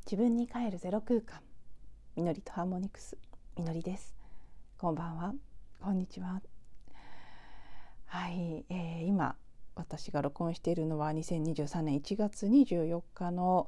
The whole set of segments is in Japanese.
自分に帰るゼロ空間、みのりとハーモニクス、みのりです。こんばんは、こんにちは。はい、今私が録音しているのは2023年1月24日の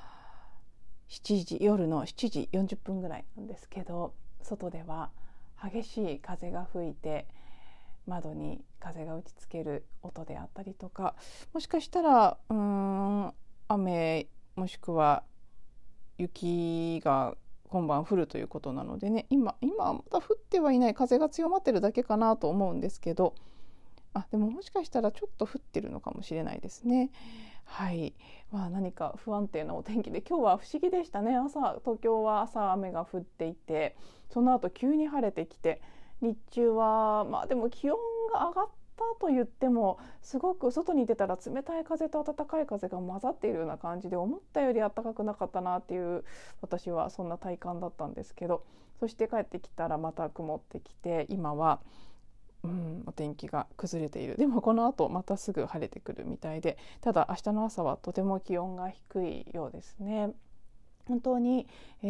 夜の7時40分ぐらいなんですけど、外では激しい風が吹いて窓に風が打ちつける音であったりとか、もしかしたら雨もしくは雪が今晩降るということなのでね、今はまだ降ってはいない、風が強まってるだけかなと思うんですけど、でももしかしたらちょっと降ってるのかもしれないですね。はい、何か不安定なお天気で、今日は不思議でしたね。東京は朝雨が降っていて、その後急に晴れてきて、日中はでも気温が上がったと言っても、すごく外に出たら冷たい風と暖かい風が混ざっているような感じで、思ったより暖かくなかったなっていう、私はそんな体感だったんですけど、そして帰ってきたらまた曇ってきて、今はお天気が崩れている。でもこの後またすぐ晴れてくるみたいで、ただ明日の朝はとても気温が低いようですね。本当に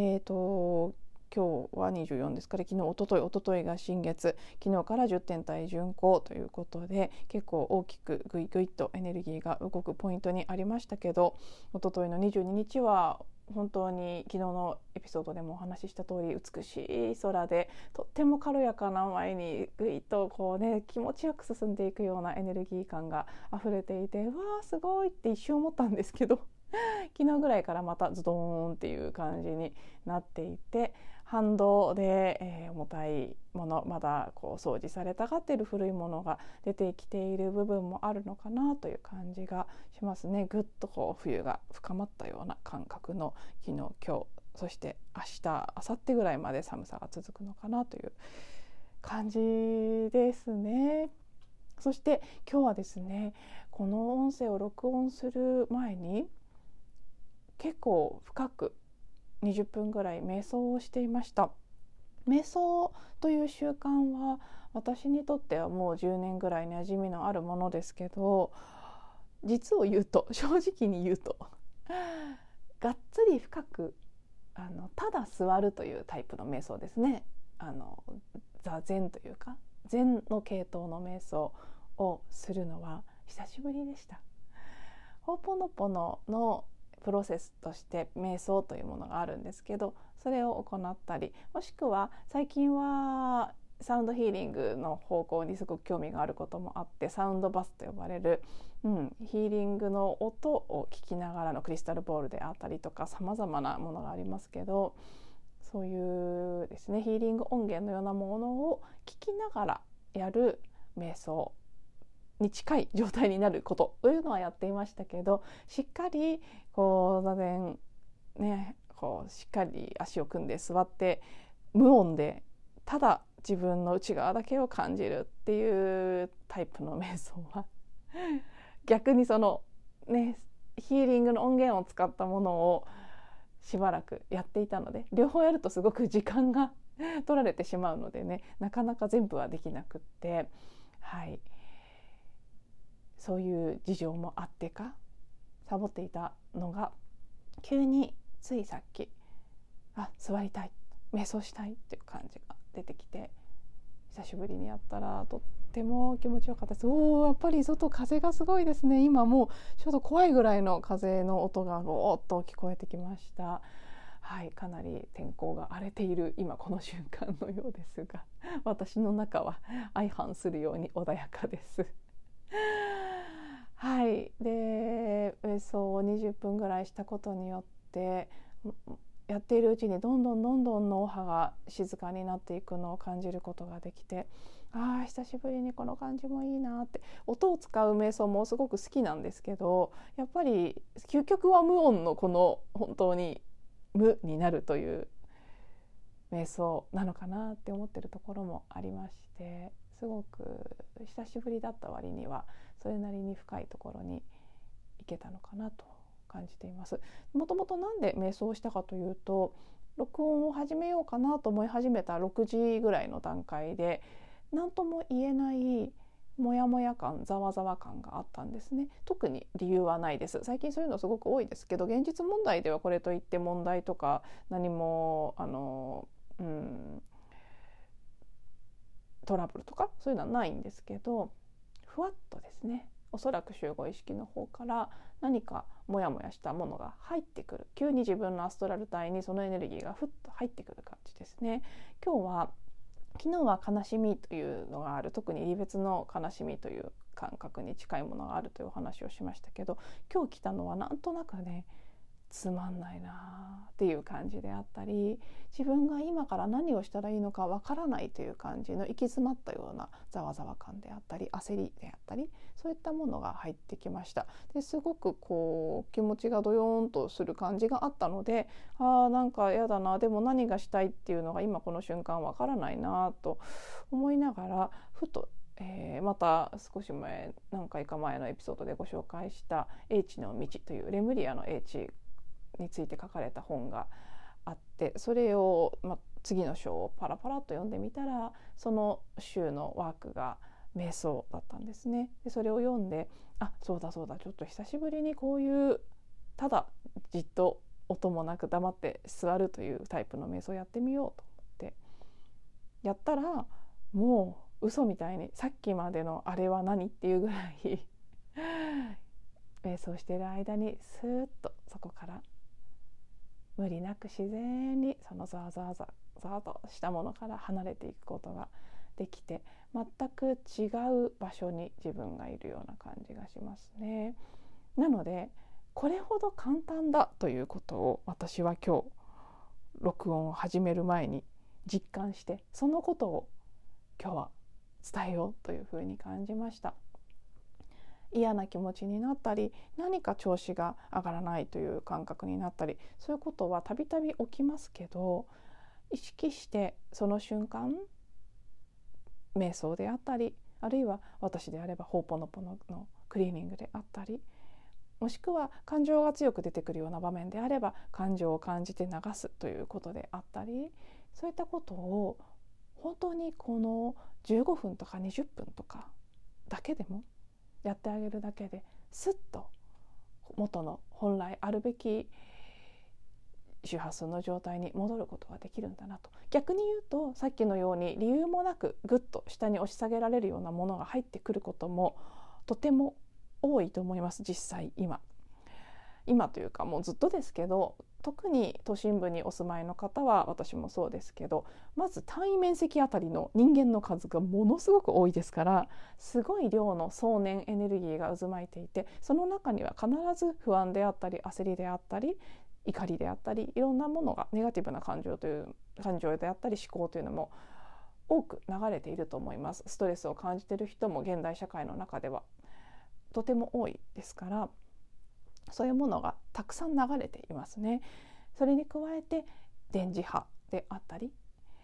今日は24ですから、昨日一昨日が新月、昨日から10天体巡行ということで、結構大きくぐいぐいとエネルギーが動くポイントにありましたけど、一昨日の22日は本当に昨日のエピソードでもお話しした通り、美しい空でとっても軽やかな前にぐいっと気持ちよく進んでいくようなエネルギー感が溢れていて、すごいって一瞬思ったんですけど昨日ぐらいからまたズドーンっていう感じになっていて、反動で、重たいもの、まだ掃除されたがっている古いものが出てきている部分もあるのかなという感じがしますね。ぐっと冬が深まったような感覚の昨日今日、そして明日明後日ぐらいまで寒さが続くのかなという感じですね。そして今日はですね、この音声を録音する前に結構深く20分ぐらい瞑想をしていました。瞑想という習慣は私にとってはもう10年ぐらい馴染みのあるものですけど、実を言うと、正直に言うとがっつり深くただ座るというタイプの瞑想ですね。座禅というか禅の系統の瞑想をするのは久しぶりでした。ホーポノポノのプロセスとして瞑想というものがあるんですけど、それを行ったり、もしくは最近はサウンドヒーリングの方向にすごく興味があることもあって、サウンドバスと呼ばれる、ヒーリングの音を聞きながらのクリスタルボールであったりとか、さまざまなものがありますけど、そういうですね、ヒーリング音源のようなものを聞きながらやる瞑想に近い状態になることというのはやっていましたけど、しっかり座禅ね、しっかり足を組んで座って無音でただ自分の内側だけを感じるっていうタイプの瞑想は逆にヒーリングの音源を使ったものをしばらくやっていたので、両方やるとすごく時間が取られてしまうのでね、なかなか全部はできなくって、そういう事情もあってかサボっていたのが、急についさっき座りたい、瞑想したいっていう感じが出てきて、久しぶりにやったらとっても気持ちよかったです。やっぱり外風がすごいですね。今もうちょっと怖いぐらいの風の音がゴーッと聞こえてきました。かなり天候が荒れている今この瞬間のようですが、私の中は相反するように穏やかですで瞑想を20分ぐらいしたことによって、やっているうちにどんどん脳波が静かになっていくのを感じることができて、久しぶりにこの感じもいいなって。音を使う瞑想もすごく好きなんですけど、やっぱり究極は無音のこの本当に無になるという瞑想なのかなって思ってるところもありまして、すごく久しぶりだった割にはそれなりに深いところに行けたのかなと感じています。もともとなんで瞑想をしたかというと、録音を始めようかなと思い始めた6時ぐらいの段階で、何とも言えないモヤモヤ感、ざわざわ感があったんですね。特に理由はないです。最近そういうのすごく多いですけど、現実問題ではこれといって問題とか何もトラブルとかそういうのはないんですけど、ふわっとですね、おそらく集合意識の方から何かモヤモヤしたものが入ってくる、急に自分のアストラル体にそのエネルギーがふっと入ってくる感じですね。今日は昨日は悲しみというのがある、特に離別の悲しみという感覚に近いものがあるというお話をしましたけど、今日来たのはなんとなくね、つまんないなっていう感じであったり、自分が今から何をしたらいいのかわからないという感じの行き詰まったようなざわざわ感であったり、焦りであったり、そういったものが入ってきました。ですごくこう気持ちがドヨーンとする感じがあったので、なんかやだな、でも何がしたいっていうのが今この瞬間わからないなと思いながら、ふとまた少し前、何回か前のエピソードでご紹介した英知の道というレムリアの英知について書かれた本があって、それを、次の章をパラパラと読んでみたら、その週のワークが瞑想だったんですね。でそれを読んで、そうだちょっと久しぶりにこういうただじっと音もなく黙って座るというタイプの瞑想をやってみようと思ってやったら、もう嘘みたいにさっきまでのあれは何っていうぐらい瞑想している間にスーッとそこから無理なく自然にそのザーザーザーとしたものから離れていくことができて、全く違う場所に自分がいるような感じがしますね。なのでこれほど簡単だということを私は今日録音を始める前に実感して、そのことを今日は伝えようというふうに感じました。嫌な気持ちになったり、何か調子が上がらないという感覚になったり、そういうことはたびたび起きますけど、意識してその瞬間、瞑想であったり、あるいは私であればホーポノポノのクリーニングであったり、もしくは感情が強く出てくるような場面であれば感情を感じて流すということであったり、そういったことを本当にこの15分とか20分とかだけでもやってあげるだけで、スッと元の本来あるべき周波数の状態に戻ることができるんだなと。逆に言うと、さっきのように理由もなくぐっと下に押し下げられるようなものが入ってくることもとても多いと思います。実際今というかもうずっとですけど、特に都心部にお住まいの方は、私もそうですけど、まず単位面積あたりの人間の数がものすごく多いですから、すごい量の想念エネルギーが渦巻いていて、その中には必ず不安であったり焦りであったり怒りであったり、いろんなものがネガティブな感情であったり思考というのも多く流れていると思います。ストレスを感じている人も現代社会の中ではとても多いですから、そういうものがたくさん流れていますね。それに加えて電磁波であったり、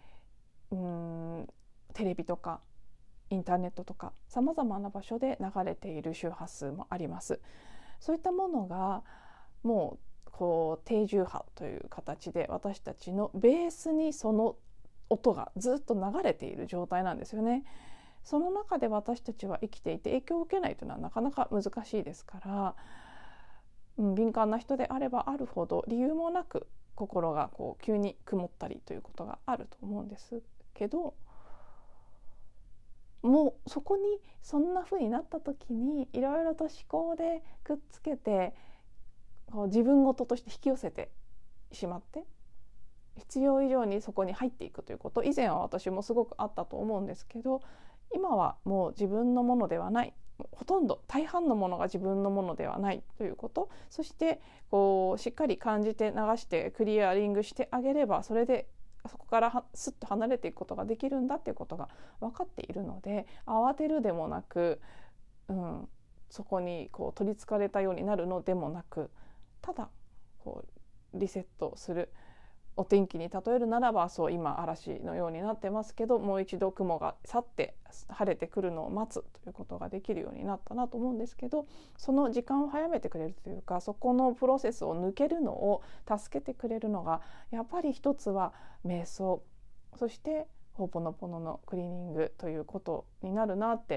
テレビとかインターネットとかさまざまな場所で流れている周波数もあります。そういったものがもうこう低重波という形で私たちのベースにその音がずっと流れている状態なんですよね。その中で私たちは生きていて影響を受けないというのはなかなか難しいですから、敏感な人であればあるほど理由もなく心がこう急に曇ったりということがあると思うんですけど、もうそこにそんな風になった時にいろいろと思考でくっつけてこう自分事として引き寄せてしまって、必要以上にそこに入っていくということ、以前は私もすごくあったと思うんですけど、今はもう自分のものではない、ほとんど大半のものが自分のものではないということ、そしてこうしっかり感じて流してクリアリングしてあげれば、それでそこからスッと離れていくことができるんだっていうことが分かっているので、慌てるでもなく、そこにこう取りつかれたようになるのでもなく、ただこうリセットする。お天気に例えるならば、そう今嵐のようになってますけど、もう一度雲が去って晴れてくるのを待つということができるようになったなと思うんですけど、その時間を早めてくれるというか、そこのプロセスを抜けるのを助けてくれるのがやっぱり一つは瞑想、そしてホーポノポノのクリーニングということになるなって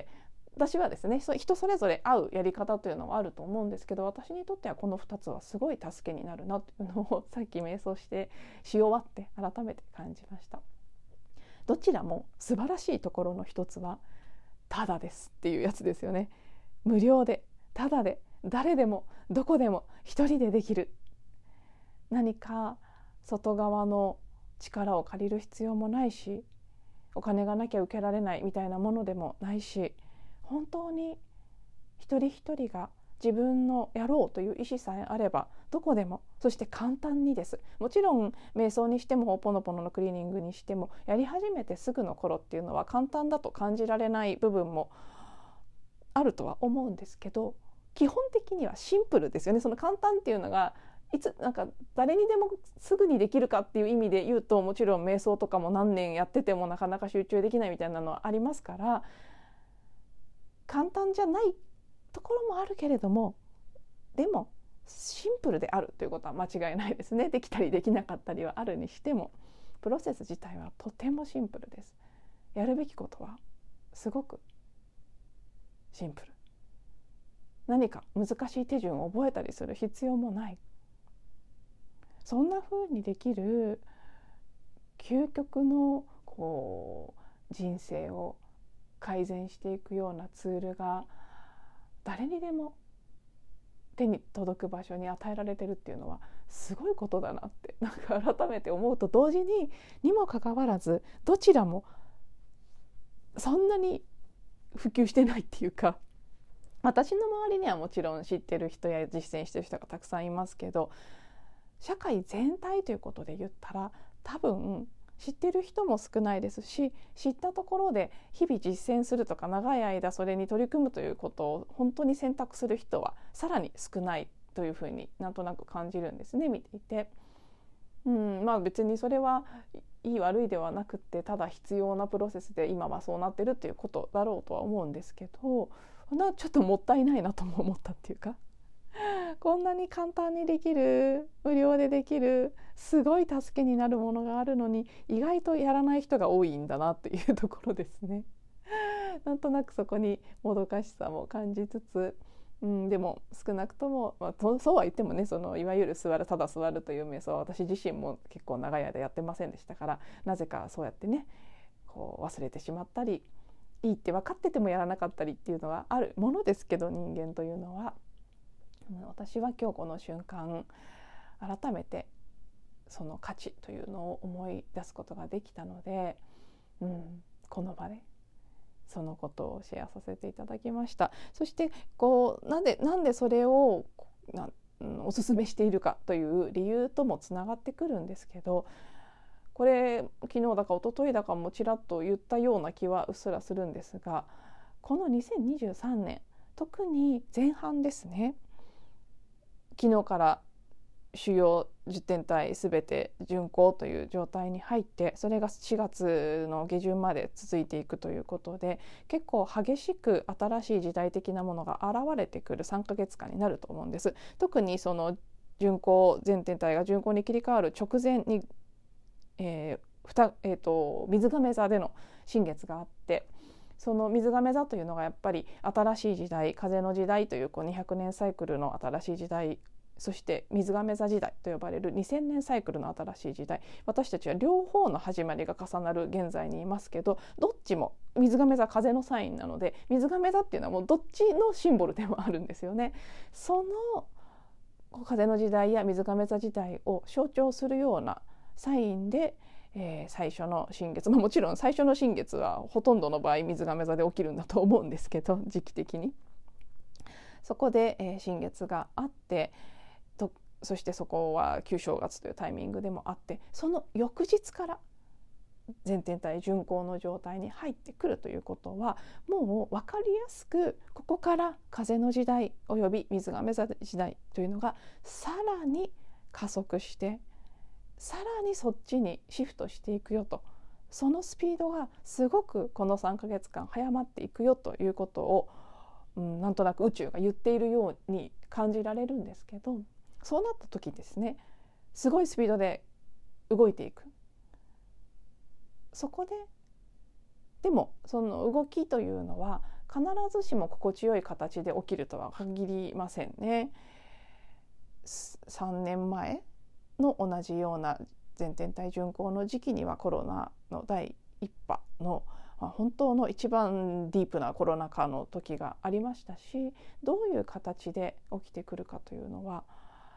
私はですね、人それぞれ合うやり方というのはあると思うんですけど、私にとってはこの2つはすごい助けになるなというのをさっき瞑想し終わって改めて感じました。どちらも素晴らしいところの一つはただですっていうやつですよね。無料でただで誰でもどこでも一人でできる。何か外側の力を借りる必要もないし、お金がなきゃ受けられないみたいなものでもないし、本当に一人一人が自分のやろうという意思さえあればどこでも、そして簡単にです。もちろん瞑想にしてもホーポノポノのクリーニングにしても、やり始めてすぐの頃っていうのは簡単だと感じられない部分もあるとは思うんですけど、基本的にはシンプルですよね。その簡単っていうのがなんか誰にでもすぐにできるかっていう意味で言うと、もちろん瞑想とかも何年やっててもなかなか集中できないみたいなのはありますから、簡単じゃないところもあるけれども、でもシンプルであるということは間違いないですね。できたりできなかったりはあるにしても、プロセス自体はとてもシンプルです。やるべきことはすごくシンプル。何か難しい手順を覚えたりする必要もない。そんな風にできる究極の人生を改善していくようなツールが誰にでも手に届く場所に与えられてるっていうのはすごいことだなって、なんか改めて思うと同時にもかかわらず、どちらもそんなに普及してないっていうか、私の周りにはもちろん知ってる人や実践してる人がたくさんいますけど、社会全体ということで言ったら多分知ってる人も少ないですし、知ったところで日々実践するとか長い間それに取り組むということを本当に選択する人はさらに少ないというふうになんとなく感じるんですね、見ていて。別にそれはいい悪いではなくって、ただ必要なプロセスで今はそうなってるっていうことだろうとは思うんですけど、ちょっともったいないなとも思ったっていうか、こんなに簡単にできる、無料でできる、すごい助けになるものがあるのに意外とやらない人が多いんだなっていうところですね。なんとなくそこにもどかしさも感じつつ、でも少なくとも、そうは言ってもね、いわゆるただ座るという瞑想は私自身も結構長い間やってませんでしたから、なぜかそうやってね忘れてしまったり、いいって分かっててもやらなかったりっていうのはあるものですけど、人間というのは。私は今日この瞬間改めてその価値というのを思い出すことができたので、この場でそのことをシェアさせていただきました。そしてなんでそれをおすすめしているかという理由ともつながってくるんですけど、これ昨日だか一昨日だかもちらっと言ったような気はうっすらするんですが、この2023年特に前半ですね、昨日から主要10天体すべて巡行という状態に入って、それが4月の下旬まで続いていくということで、結構激しく新しい時代的なものが現れてくる3ヶ月間になると思うんです。特にその巡行、全天体が巡行に切り替わる直前に、水亀座での新月があって、その水亀座というのがやっぱり新しい時代、風の時代という200年サイクルの新しい時代、そして水亀座時代と呼ばれる2000年サイクルの新しい時代、私たちは両方の始まりが重なる現在にいますけど、どっちも水亀座風のサインなので、水亀座っていうのはもうどっちのシンボルでもあるんですよね。その風の時代や水亀座時代を象徴するようなサインで、最初の新月、もちろん最初の新月はほとんどの場合水亀座で起きるんだと思うんですけど、時期的にそこで、新月があって、そしてそこは旧正月というタイミングでもあって、その翌日から全天体巡行の状態に入ってくるということは、もう分かりやすくここから風の時代および水亀座時代というのがさらに加速して、さらにそっちにシフトしていくよと、そのスピードがすごくこの3ヶ月間早まっていくよということを、なんとなく宇宙が言っているように感じられるんですけど、そうなった時ですね、すごいスピードで動いていく。そこででもその動きというのは必ずしも心地よい形で起きるとは限りませんね。3年前の同じような全天体巡行の時期にはコロナの第1波の本当の一番ディープなコロナ禍の時がありましたし、どういう形で起きてくるかというのは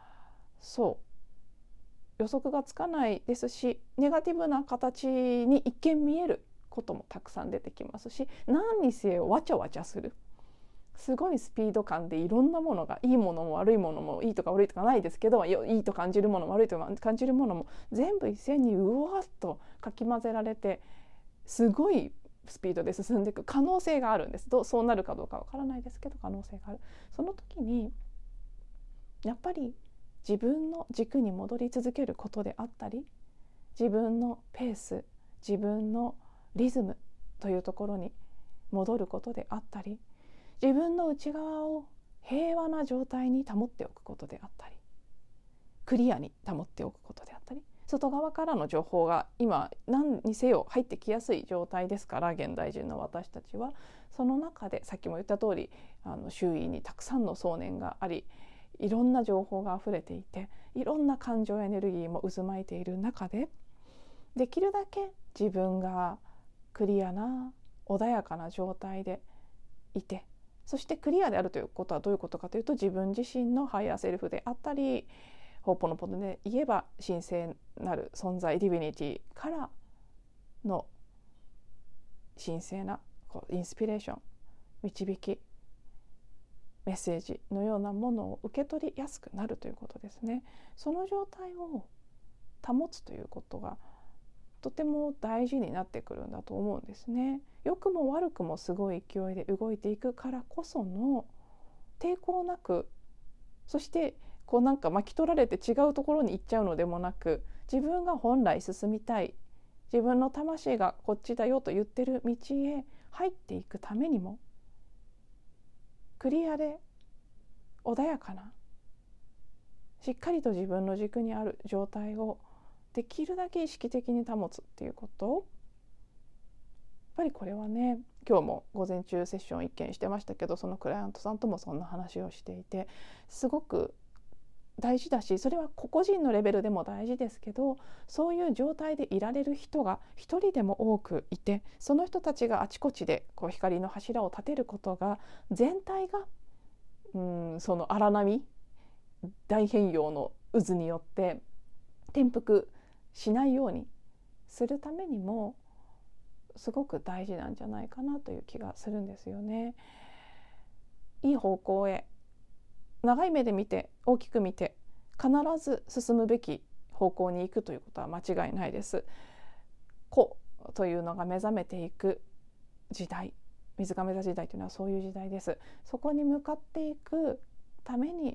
予測がつかないですし、ネガティブな形に一見見えることもたくさん出てきますし、何にせよわちゃわちゃする、すごいスピード感でいろんなものが、いいものも悪いものも、いいとか悪いとかないですけど、いいと感じるものも悪いと感じるものも全部一斉にうわっとかき混ぜられて、すごいスピードで進んでいく可能性があるんです。そうなるかどうかわからないですけど、可能性がある。その時にやっぱり自分の軸に戻り続けることであったり、自分のペース、自分のリズムというところに戻ることであったり、自分の内側を平和な状態に保っておくことであったり、クリアに保っておくことであったり、外側からの情報が今何にせよ入ってきやすい状態ですから、現代人の私たちはその中で、さっきも言った通り周囲にたくさんの想念があり、いろんな情報があふれていて、いろんな感情エネルギーも渦巻いている中で、できるだけ自分がクリアな穏やかな状態でいて、そしてクリアであるということはどういうことかというと、自分自身のハイヤーセルフであったり、ホーポノポノで言えば神聖なる存在ディビニティからの神聖なインスピレーション、導き、メッセージのようなものを受け取りやすくなるということですね。その状態を保つということがとても大事になってくるんだと思うんですね。良くも悪くもすごい勢いで動いていくからこその抵抗なく、そしてなんか巻き取られて違うところに行っちゃうのでもなく、自分が本来進みたい、自分の魂がこっちだよと言ってる道へ入っていくためにも、クリアで穏やかな、しっかりと自分の軸にある状態をできるだけ意識的に保つっていうことを、やっぱりこれはね、今日も午前中セッション一見してましたけど、そのクライアントさんともそんな話をしていて、すごく大事だし、それは個々人のレベルでも大事ですけど、そういう状態でいられる人が一人でも多くいて、その人たちがあちこちで光の柱を立てることが、全体がその荒波、大変容の渦によって転覆しないようにするためにもすごく大事なんじゃないかなという気がするんですよね。いい方向へ長い目で見て、大きく見て、必ず進むべき方向に行くということは間違いないです。個というのが目覚めていく時代、水亀座時代というのはそういう時代です。そこに向かっていくために、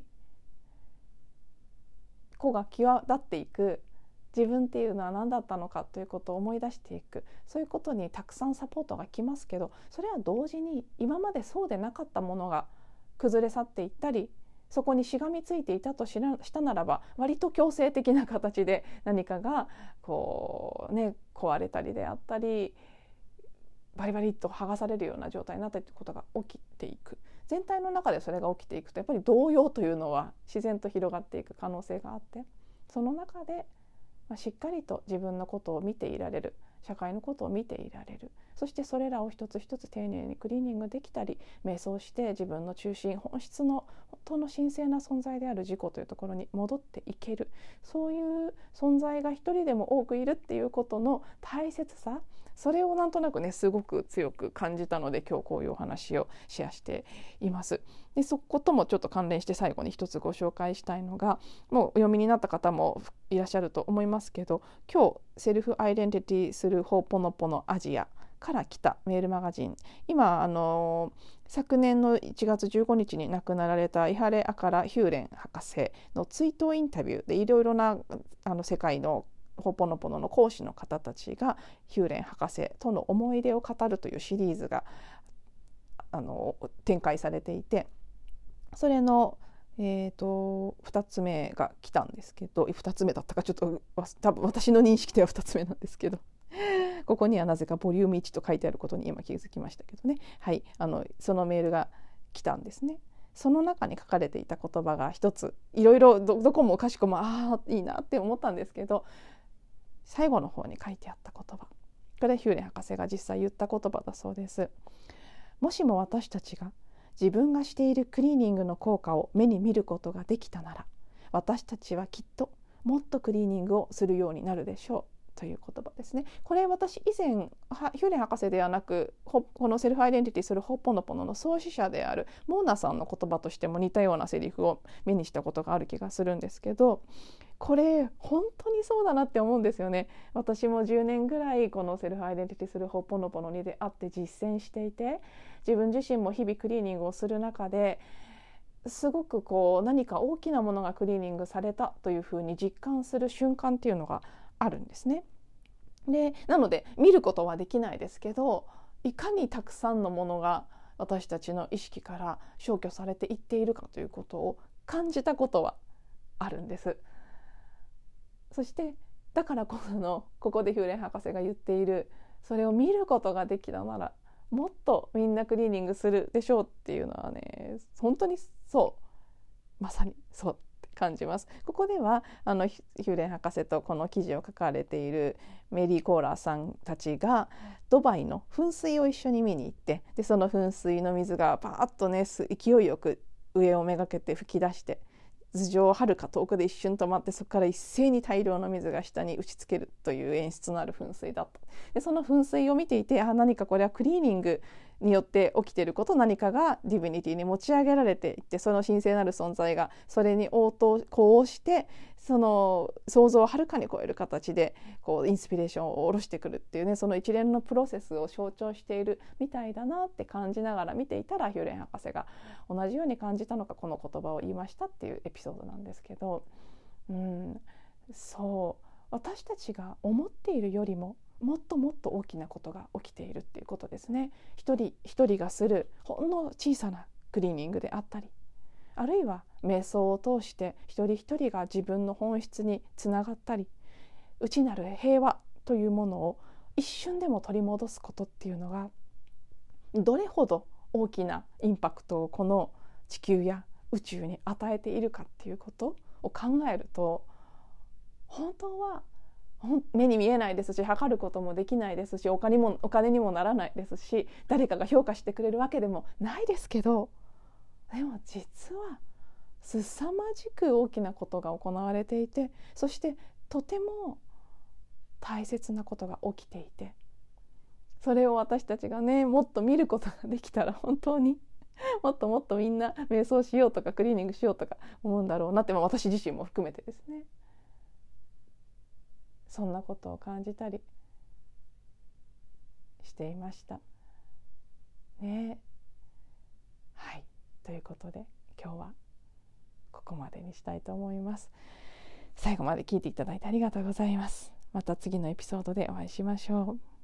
個が際立っていく、自分っていうのは何だったのかということを思い出していく、そういうことにたくさんサポートが来ますけど、それは同時に今までそうでなかったものが崩れ去っていったり、そこにしがみついていたとしたならば、割と強制的な形で何かが壊れたりであったり、バリバリと剥がされるような状態になったりということが起きていく。全体の中でそれが起きていくと、やっぱり動揺というのは自然と広がっていく可能性があって、その中でしっかりと自分のことを見ていられる、社会のことを見ていられる、そしてそれらを一つ一つ丁寧にクリーニングできたり、瞑想して自分の中心、本質の本当の神聖な存在である自己というところに戻っていける、そういう存在が一人でも多くいるっていうことの大切さ、それをなんとなくね、すごく強く感じたので、今日こういうお話をシェアしています。で、そこともちょっと関連して最後に一つご紹介したいのが、もうお読みになった方もいらっしゃると思いますけど、今日セルフアイデンティティするホーポノポノアジアから来たメールマガジン、今昨年の1月15日に亡くなられたイハレ・アカラ・ヒューレン博士の追悼インタビューで、いろいろな世界のホーポノポノの講師の方たちがヒューレン博士との思い出を語るというシリーズが展開されていて、それの2つ目が来たんですけど、2つ目だったかちょっと多分私の認識では2つ目なんですけど、 ここにはなぜかボリューム1と書いてあることに今気づきましたけどね。はい、そのメールが来たんですね。その中に書かれていた言葉が一つ、いろいろ どこもかしこもいいなって思ったんですけど、最後の方に書いてあった言葉、これヒューレン博士が実際言った言葉だそうです。もしも私たちが自分がしているクリーニングの効果を目に見ることができたなら、私たちはきっともっとクリーニングをするようになるでしょうという言葉ですね。これ私以前ヒューレン博士ではなく、このセルフアイデンティティするホッポノポノの創始者であるモーナさんの言葉としても似たようなセリフを目にしたことがある気がするんですけど、これ本当にそうだなって思うんですよね。私も10年ぐらいこのセルフアイデンティティするホッポノポノに出会って実践していて、自分自身も日々クリーニングをする中ですごく何か大きなものがクリーニングされたというふうに実感する瞬間っていうのがあるんですね。でなので見ることはできないですけど、いかにたくさんのものが私たちの意識から消去されていっているかということを感じたことはあるんです。そしてだからここでヒューレン博士が言っている、それを見ることができたならもっとみんなクリーニングするでしょうっていうのはね、本当にまさにそうって感じます。ここではヒューレン博士とこの記事を書かれているメリー・コーラーさんたちがドバイの噴水を一緒に見に行って、でその噴水の水がパーッとね勢いよく上をめがけて噴き出して、頭上をはるか遠くで一瞬止まって、そこから一斉に大量の水が下に打ちつけるという演出のある噴水だった。でその噴水を見ていて、何かこれはクリーニングによって起きていること、何かがディビニティに持ち上げられていって、その神聖なる存在がそれに応して、その想像をはるかに超える形でインスピレーションを下ろしてくるっていうね、その一連のプロセスを象徴しているみたいだなって感じながら見ていたら、ヒューレン博士が同じように感じたのかこの言葉を言いましたっていうエピソードなんですけど、私たちが思っているよりももっともっと大きなことが起きているっていうことですね。一人一人がするほんの小さなクリーニングであったり、あるいは瞑想を通して一人一人が自分の本質につながったり、内なる平和というものを一瞬でも取り戻すことっていうのが、どれほど大きなインパクトをこの地球や宇宙に与えているかっていうことを考えると、本当は目に見えないですし、測ることもできないですし、お金にもならないですし、誰かが評価してくれるわけでもないですけど、でも実は凄まじく大きなことが行われていて、そしてとても大切なことが起きていて、それを私たちがねもっと見ることができたら、本当にもっともっとみんな瞑想しようとかクリーニングしようとか思うんだろうなって、私自身も含めてですね、そんなことを感じたりしていましたね。はい、ということで今日はここまでにしたいと思います。最後まで聞いていただいてありがとうございます。また次のエピソードでお会いしましょう。